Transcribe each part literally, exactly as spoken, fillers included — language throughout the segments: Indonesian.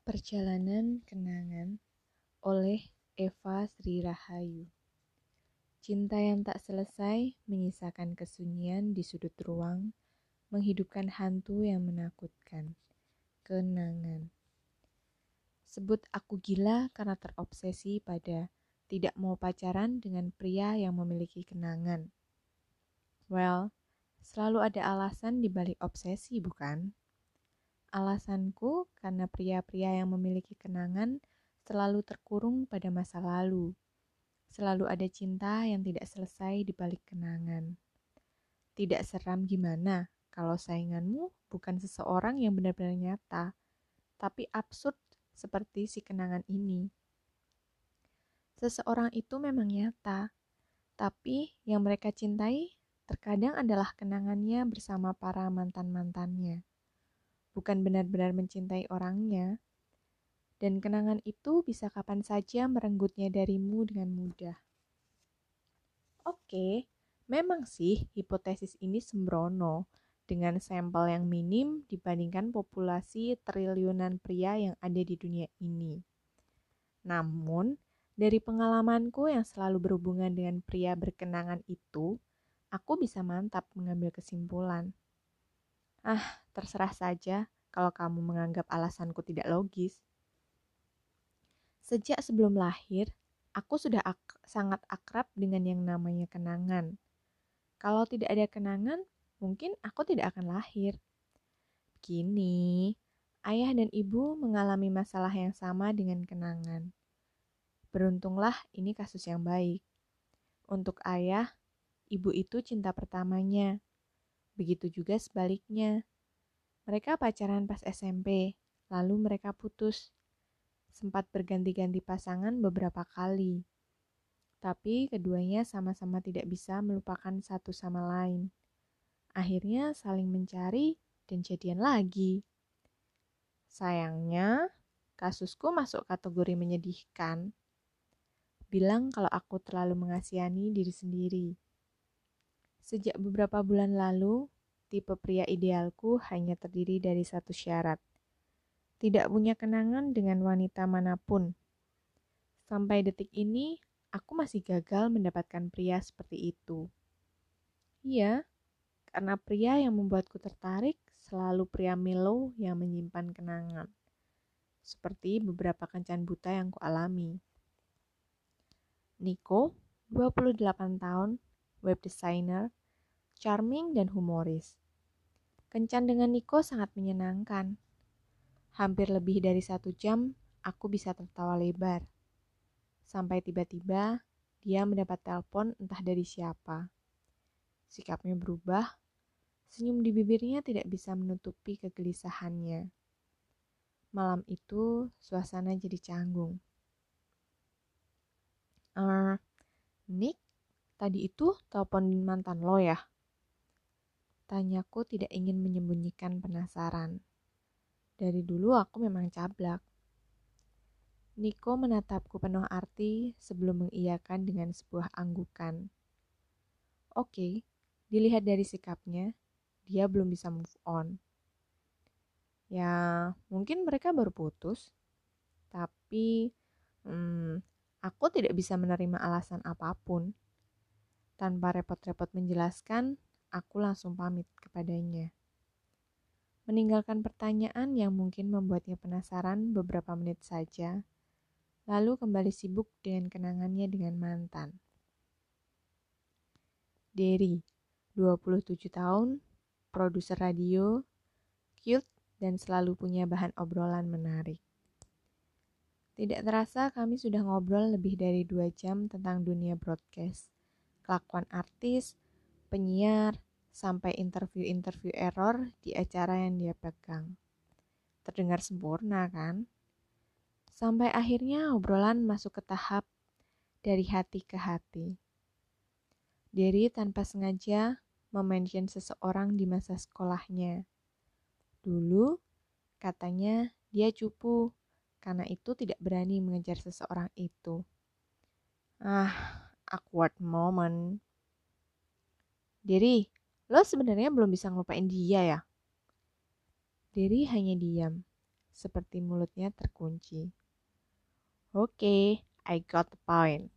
Perjalanan Kenangan oleh Eva Sri Rahayu. Cinta yang tak selesai menyisakan kesunyian di sudut ruang, menghidupkan hantu yang menakutkan. Kenangan. Sebut aku gila karena terobsesi pada tidak mau pacaran dengan pria yang memiliki kenangan. Well, selalu ada alasan di balik obsesi, bukan? Alasanku karena pria-pria yang memiliki kenangan selalu terkurung pada masa lalu. Selalu ada cinta yang tidak selesai di balik kenangan. Tidak seram gimana kalau sainganmu bukan seseorang yang benar-benar nyata, tapi absurd seperti si kenangan ini. Seseorang itu memang nyata, tapi yang mereka cintai terkadang adalah kenangannya bersama para mantan-mantannya. Bukan benar-benar mencintai orangnya, dan kenangan itu bisa kapan saja merenggutnya darimu dengan mudah. Oke, memang sih hipotesis ini sembrono dengan sampel yang minim dibandingkan populasi triliunan pria yang ada di dunia ini. Namun, dari pengalamanku yang selalu berhubungan dengan pria berkenangan itu, aku bisa mantap mengambil kesimpulan. Ah, terserah saja kalau kamu menganggap alasanku tidak logis. Sejak sebelum lahir, aku sudah ak- sangat akrab dengan yang namanya kenangan. Kalau tidak ada kenangan, mungkin aku tidak akan lahir. Begini, ayah dan ibu mengalami masalah yang sama dengan kenangan. Beruntunglah ini kasus yang baik. Untuk ayah, ibu itu cinta pertamanya. Begitu juga sebaliknya. Mereka pacaran pas S M P, lalu mereka putus. Sempat berganti-ganti pasangan beberapa kali. Tapi keduanya sama-sama tidak bisa melupakan satu sama lain. Akhirnya saling mencari dan jadian lagi. Sayangnya, kasusku masuk kategori menyedihkan. Bilang kalau aku terlalu mengasihani diri sendiri. Sejak beberapa bulan lalu, tipe pria idealku hanya terdiri dari satu syarat. Tidak punya kenangan dengan wanita manapun. Sampai detik ini, aku masih gagal mendapatkan pria seperti itu. Iya, karena pria yang membuatku tertarik selalu pria mellow yang menyimpan kenangan. Seperti beberapa kencan buta yang kualami. Nico, dua puluh delapan tahun, web designer, charming dan humoris. Kencan dengan Nico sangat menyenangkan. Hampir lebih dari satu jam, aku bisa tertawa lebar. Sampai tiba-tiba, dia mendapat telepon entah dari siapa. Sikapnya berubah, senyum di bibirnya tidak bisa menutupi kegelisahannya. Malam itu, suasana jadi canggung. Er, Nick, tadi itu telepon mantan lo ya? Tanyaku tidak ingin menyembunyikan penasaran. Dari dulu aku memang cablak. Nico menatapku penuh arti sebelum mengiyakan dengan sebuah anggukan. Oke, dilihat dari sikapnya, dia belum bisa move on. Ya, mungkin mereka baru putus. Tapi, hmm, aku tidak bisa menerima alasan apapun. Tanpa repot-repot menjelaskan, aku langsung pamit kepadanya. Meninggalkan pertanyaan yang mungkin membuatnya penasaran beberapa menit saja, lalu kembali sibuk dengan kenangannya dengan mantan. Derry, dua puluh tujuh tahun, produser radio, cute, dan selalu punya bahan obrolan menarik. Tidak terasa kami sudah ngobrol lebih dari dua jam tentang dunia broadcast, kelakuan artis, penyiar, sampai interview-interview error di acara yang dia pegang. Terdengar sempurna kan? Sampai akhirnya obrolan masuk ke tahap dari hati ke hati. Derry tanpa sengaja memention seseorang di masa sekolahnya. Dulu, katanya dia cupu, karena itu tidak berani mengejar seseorang itu. Ah, awkward moment. Derry, lo sebenarnya belum bisa ngelupain dia ya? Derry hanya diam. seperti mulutnya terkunci. Oke, okay, I got the point.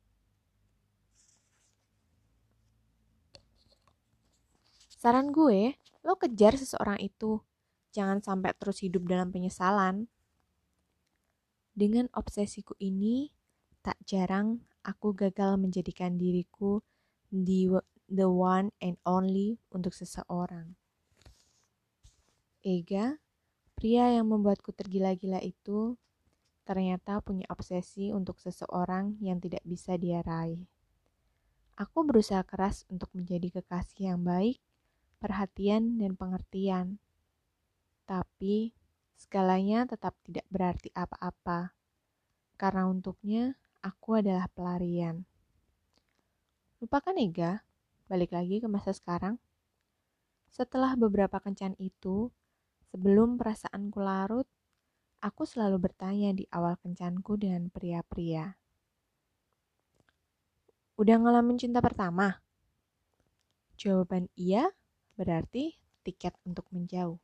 Saran gue, lo kejar seseorang itu. Jangan sampai terus hidup dalam penyesalan. Dengan obsesiku ini, tak jarang aku gagal menjadikan diriku the, the one and only untuk seseorang. Ega, pria yang membuatku tergila-gila itu, ternyata punya obsesi untuk seseorang yang tidak bisa dia raih. Aku berusaha keras untuk menjadi kekasih yang baik, perhatian, dan pengertian. Tapi, segalanya tetap tidak berarti apa-apa. Karena untuknya, aku adalah pelarian. Lupakan Ega, balik lagi ke masa sekarang. Setelah beberapa kencan itu, sebelum perasaanku larut, aku selalu bertanya di awal kencanku dengan pria-pria. Udah ngalamin cinta pertama? Jawaban iya berarti tiket untuk menjauh.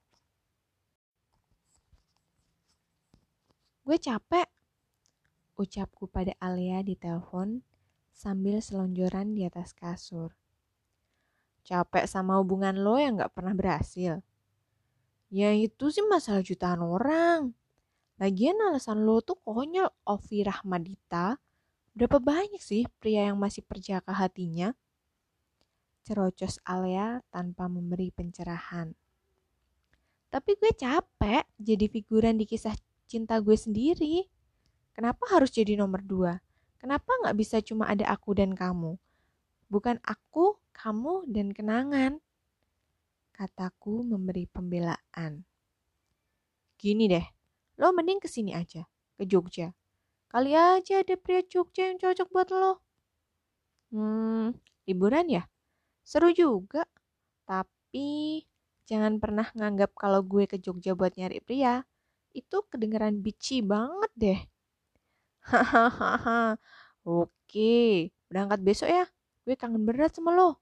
Gue capek, ucapku pada Alia di telepon sambil selonjoran di atas kasur. Capek sama hubungan lo yang gak pernah berhasil? Ya itu sih masalah jutaan orang. Lagian alasan lo tuh konyol, Ovi Rahmadita. Berapa banyak sih pria yang masih percaya ke hatinya? Cerocos Alia tanpa memberi pencerahan. Tapi gue capek jadi figuran di kisah cinta gue sendiri. Kenapa harus jadi nomor dua? Kenapa gak bisa cuma ada aku dan kamu? Bukan aku, kamu, dan kenangan. Kataku memberi pembelaan. Gini deh, lo mending kesini aja, ke Jogja. Kali aja ada pria Jogja yang cocok buat lo. Hmm, liburan ya? Seru juga. Tapi jangan pernah nganggap kalau gue ke Jogja buat nyari pria. Itu kedengeran bitchy banget deh. Hahaha. Oke, berangkat besok ya. Gue kangen berat sama lo.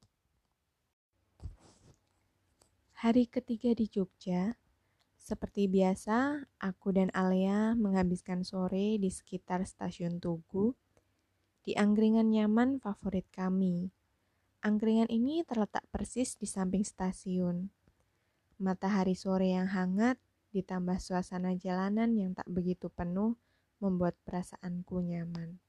Hari ketiga di Jogja, seperti biasa, aku dan Alia menghabiskan sore di sekitar stasiun Tugu, di angkringan nyaman favorit kami. Angkringan ini terletak persis di samping stasiun. Matahari sore yang hangat, ditambah suasana jalanan yang tak begitu penuh, membuat perasaanku nyaman.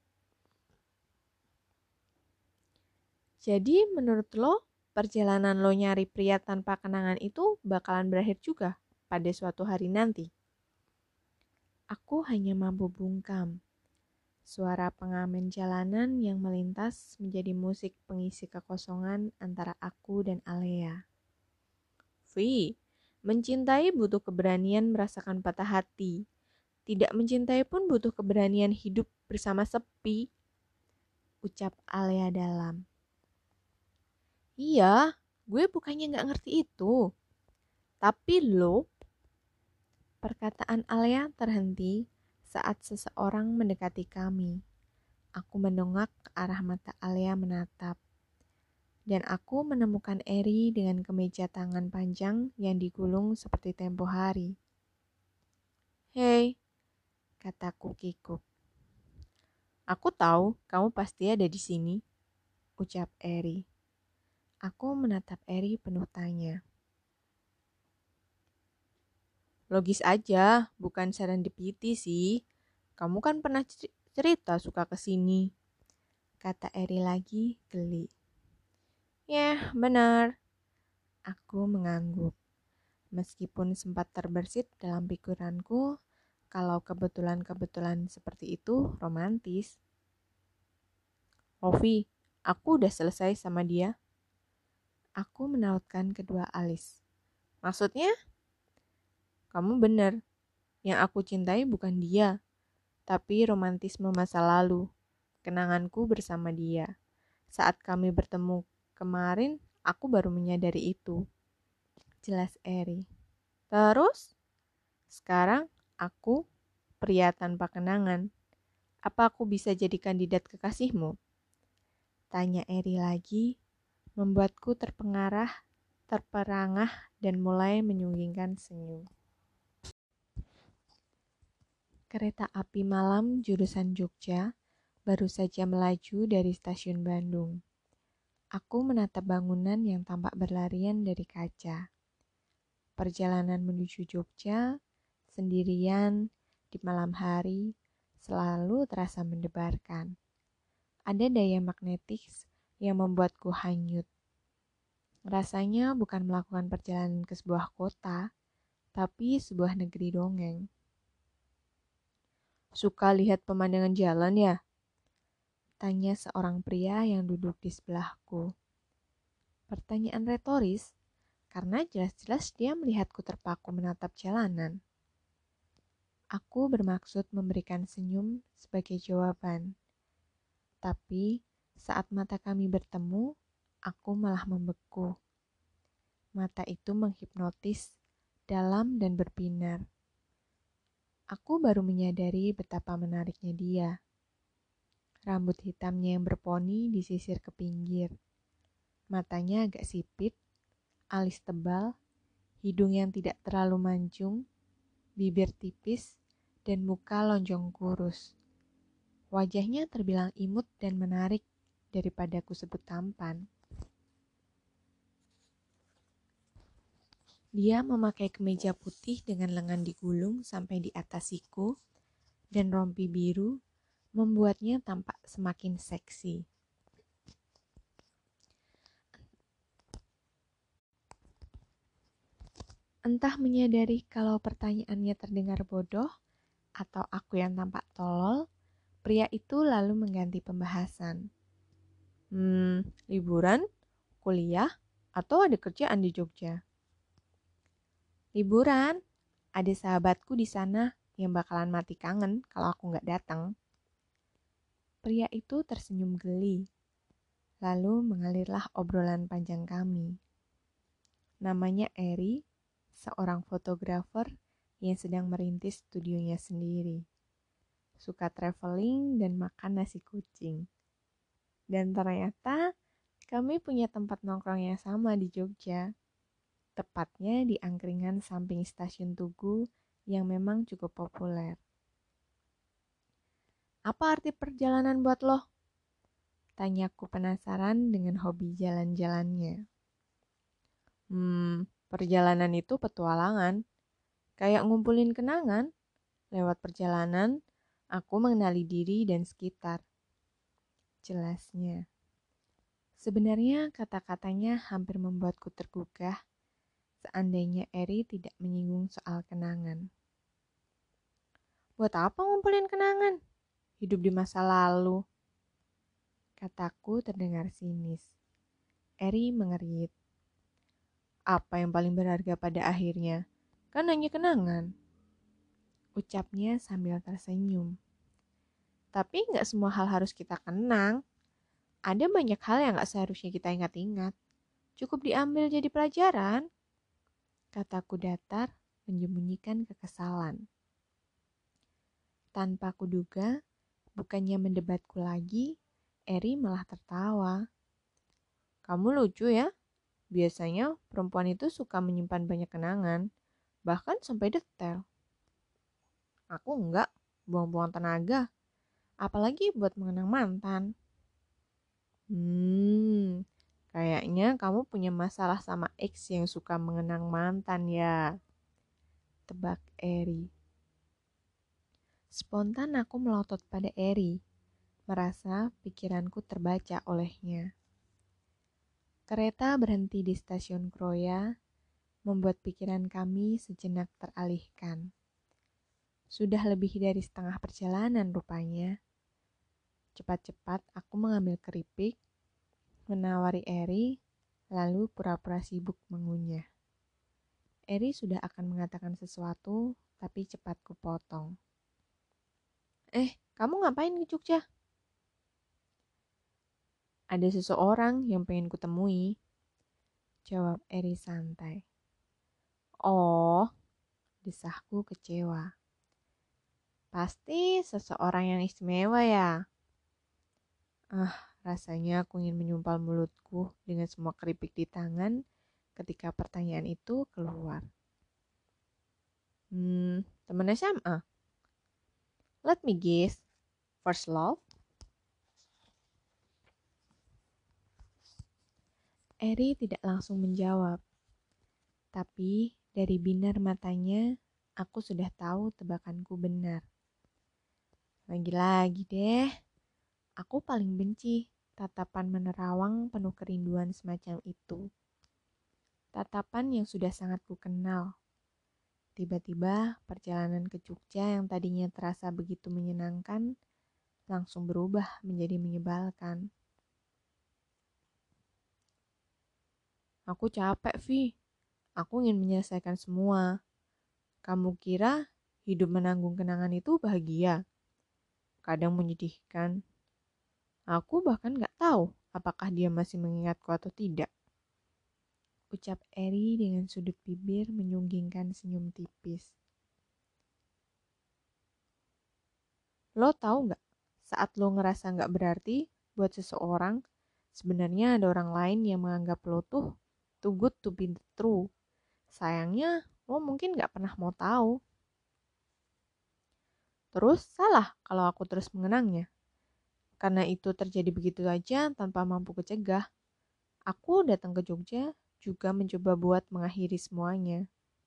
Jadi menurut lo, perjalanan lo nyari pria tanpa kenangan itu bakalan berakhir juga pada suatu hari nanti? Aku hanya mampu bungkam. Suara pengamen jalanan yang melintas menjadi musik pengisi kekosongan antara aku dan Alia. Vi, mencintai butuh keberanian merasakan patah hati. Tidak mencintai pun butuh keberanian hidup bersama sepi. Ucap Alia dalam. Iya, gue bukannya gak ngerti itu. Tapi lo, perkataan Alia terhenti saat seseorang mendekati kami. Aku mendongak ke arah mata Alia menatap. Dan aku menemukan Eri dengan kemeja tangan panjang yang digulung seperti tempo hari. Hei, kataku kikuk. Aku tahu kamu pasti ada di sini, ucap Eri. Aku menatap Eri penuh tanya. Logis aja, bukan serendipity sih. Kamu kan pernah cerita suka kesini, kata Eri lagi geli. Ya, benar. Aku mengangguk. Meskipun sempat terbersit dalam pikiranku, kalau kebetulan-kebetulan seperti itu romantis. Ovi, aku udah selesai sama dia. Aku menautkan kedua alis. Maksudnya? Kamu benar. Yang aku cintai bukan dia, tapi romantisme masa lalu. Kenanganku bersama dia. Saat kami bertemu kemarin, aku baru menyadari itu. Jelas Eri. Terus, sekarang aku pria tanpa kenangan. Apa aku bisa jadi kandidat kekasihmu? Tanya Eri lagi, membuatku terpengarah, terperangah, dan mulai menyunggingkan senyum. Kereta api malam jurusan Jogja baru saja melaju dari stasiun Bandung. Aku menatap bangunan yang tampak berlarian dari kaca. Perjalanan menuju Jogja sendirian di malam hari selalu terasa mendebarkan. Ada daya magnetis yang membuatku hanyut. Rasanya bukan melakukan perjalanan ke sebuah kota, tapi sebuah negeri dongeng. Suka lihat pemandangan jalan ya? Tanya seorang pria yang duduk di sebelahku. Pertanyaan retoris, karena jelas-jelas dia melihatku terpaku menatap jalanan. Aku bermaksud memberikan senyum sebagai jawaban. Tapi saat mata kami bertemu, aku malah membeku. Mata itu menghipnotis, dalam dan berbinar. Aku baru menyadari betapa menariknya dia. Rambut hitamnya yang berponi disisir ke pinggir. Matanya agak sipit, alis tebal, hidung yang tidak terlalu mancung, bibir tipis, dan muka lonjong kurus. Wajahnya terbilang imut dan menarik daripada aku sebut tampan. Dia memakai kemeja putih dengan lengan digulung sampai di atas siku dan rompi biru membuatnya tampak semakin seksi. Entah menyadari kalau pertanyaannya terdengar bodoh atau aku yang tampak tolol, pria itu lalu mengganti pembahasan. Hmm, liburan, kuliah, atau ada kerjaan di Jogja? Liburan, ada sahabatku di sana yang bakalan mati kangen kalau aku nggak datang. Pria itu tersenyum geli, lalu mengalirlah obrolan panjang kami. Namanya Eri, seorang fotografer yang sedang merintis studionya sendiri. Suka traveling dan makan nasi kucing. Dan ternyata kami punya tempat nongkrong yang sama di Jogja. Tepatnya di angkringan samping stasiun Tugu yang memang cukup populer. Apa arti perjalanan buat lo? Tanyaku penasaran dengan hobi jalan-jalannya. Hmm, perjalanan itu petualangan. Kayak ngumpulin kenangan. Lewat perjalanan, aku mengenali diri dan sekitar. Jelasnya. Sebenarnya kata-katanya hampir membuatku tergugah. Seandainya Eri tidak menyinggung soal kenangan. Buat apa ngumpulin kenangan? Hidup di masa lalu. Kataku terdengar sinis. Eri mengerit. Apa yang paling berharga pada akhirnya? Kan hanya kenangan. Ucapnya sambil tersenyum. Tapi gak semua hal harus kita kenang. Ada banyak hal yang gak seharusnya kita ingat-ingat. Cukup diambil jadi pelajaran. Kataku datar, menyembunyikan kekesalan. Tanpa kuduga, bukannya mendebatku lagi, Eri malah tertawa. Kamu lucu ya? Biasanya perempuan itu suka menyimpan banyak kenangan, bahkan sampai detail. Aku enggak, buang-buang tenaga. Apalagi buat mengenang mantan. Hmm, kayaknya kamu punya masalah sama ex yang suka mengenang mantan ya. Tebak Eri. Spontan aku melotot pada Eri, merasa pikiranku terbaca olehnya. Kereta berhenti di stasiun Kroya, membuat pikiran kami sejenak teralihkan. Sudah lebih dari setengah perjalanan rupanya. Cepat-cepat aku mengambil keripik, menawari Eri, lalu pura-pura sibuk mengunyah. Eri sudah akan mengatakan sesuatu, tapi cepat kupotong. Eh, kamu ngapain ke Jogja? Ada seseorang yang pengen kutemui, jawab Eri santai. Oh, desahku kecewa. Pasti seseorang yang istimewa ya. Ah, rasanya aku ingin menyumpal mulutku dengan semua keripik di tangan ketika pertanyaan itu keluar. Hmm, teman S M A? Let me guess. First love? Eri tidak langsung menjawab. Tapi dari binar matanya, aku sudah tahu tebakanku benar. Lagi-lagi deh, aku paling benci tatapan menerawang penuh kerinduan semacam itu. Tatapan yang sudah sangat kukenal. Tiba-tiba perjalanan ke Jogja yang tadinya terasa begitu menyenangkan, langsung berubah menjadi menyebalkan. Aku capek, Vi. Aku ingin menyelesaikan semua. Kamu kira hidup menanggung kenangan itu bahagia? Kadang menyedihkan. Aku bahkan gak tahu apakah dia masih mengingatku atau tidak. Ucap Eri dengan sudut bibir menyunggingkan senyum tipis. Lo tahu gak, saat lo ngerasa gak berarti buat seseorang, sebenarnya ada orang lain yang menganggap lo tuh too good to be true. Sayangnya, lo mungkin gak pernah mau tahu. Terus salah kalau aku terus mengenangnya. Karena itu terjadi begitu aja tanpa mampu kecegah. Aku datang ke Jogja juga mencoba buat mengakhiri semuanya.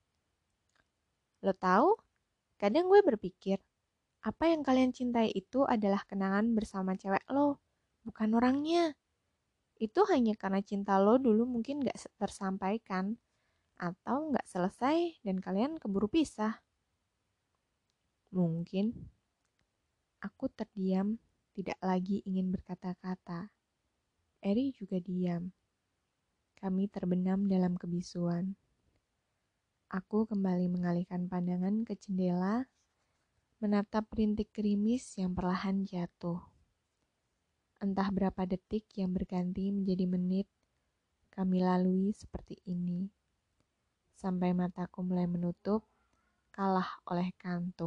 Lo tahu, kadang gue berpikir, apa yang kalian cintai itu adalah kenangan bersama cewek lo, bukan orangnya. Itu hanya karena cinta lo dulu mungkin gak tersampaikan, atau gak selesai dan kalian keburu pisah. Mungkin. Aku terdiam, tidak lagi ingin berkata-kata. Eri juga diam. Kami terbenam dalam kebisuan. Aku kembali mengalihkan pandangan ke jendela, menatap rintik gerimis yang perlahan jatuh. Entah berapa detik yang berganti menjadi menit, kami lalui seperti ini. Sampai mataku mulai menutup, kalah oleh kantuk.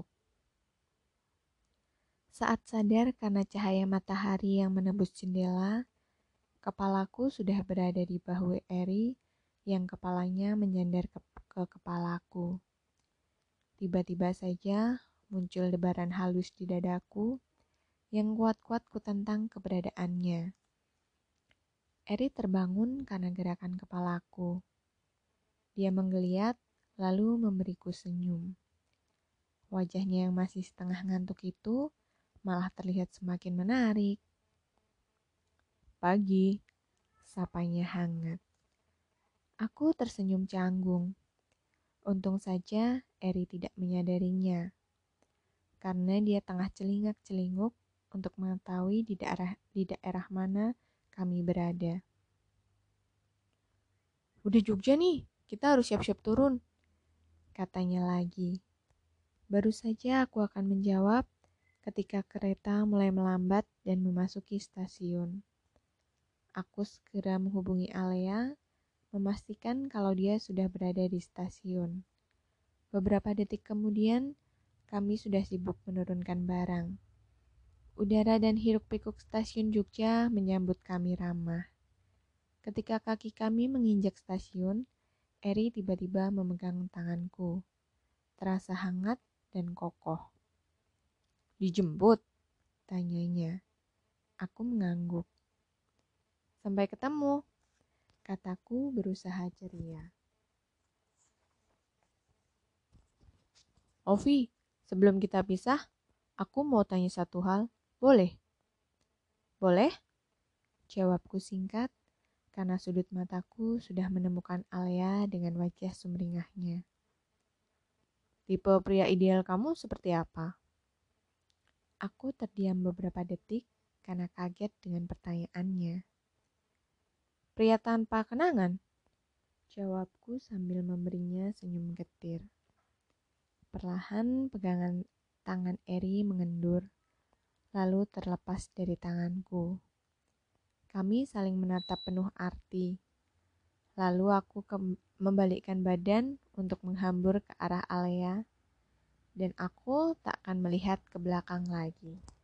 Saat sadar karena cahaya matahari yang menembus jendela, kepalaku sudah berada di bahu Eri yang kepalanya menyandar ke, ke kepalaku. Tiba-tiba saja muncul debaran halus di dadaku yang kuat-kuat kutentang keberadaannya. Eri terbangun karena gerakan kepalaku. Dia menggeliat lalu memberiku senyum. Wajahnya yang masih setengah ngantuk itu malah terlihat semakin menarik. Pagi, sapanya hangat. Aku tersenyum canggung. Untung saja Eri tidak menyadarinya, karena dia tengah celingak-celinguk untuk mengetahui di daerah, di daerah mana kami berada. Udah Jogja nih, kita harus siap-siap turun, katanya lagi. Baru saja aku akan menjawab ketika kereta mulai melambat dan memasuki stasiun. Aku segera menghubungi Alea, memastikan kalau dia sudah berada di stasiun. Beberapa detik kemudian, kami sudah sibuk menurunkan barang. Udara dan hiruk-pikuk stasiun Jogja menyambut kami ramah. Ketika kaki kami menginjak stasiun, Eri tiba-tiba memegang tanganku. Terasa hangat dan kokoh. Dijemput? Tanyanya. Aku mengangguk. Sampai ketemu, kataku berusaha ceria. Ovi, sebelum kita pisah, aku mau tanya satu hal, boleh? Boleh? Jawabku singkat, karena sudut mataku sudah menemukan Alea dengan wajah sumringahnya. Tipe pria ideal kamu seperti apa? Aku terdiam beberapa detik karena kaget dengan pertanyaannya. Pria tanpa kenangan? Jawabku sambil memberinya senyum getir. Perlahan pegangan tangan Eri mengendur, lalu terlepas dari tanganku. Kami saling menatap penuh arti. Lalu aku ke- membalikkan badan untuk menghambur ke arah Alea, dan aku tak akan melihat ke belakang lagi.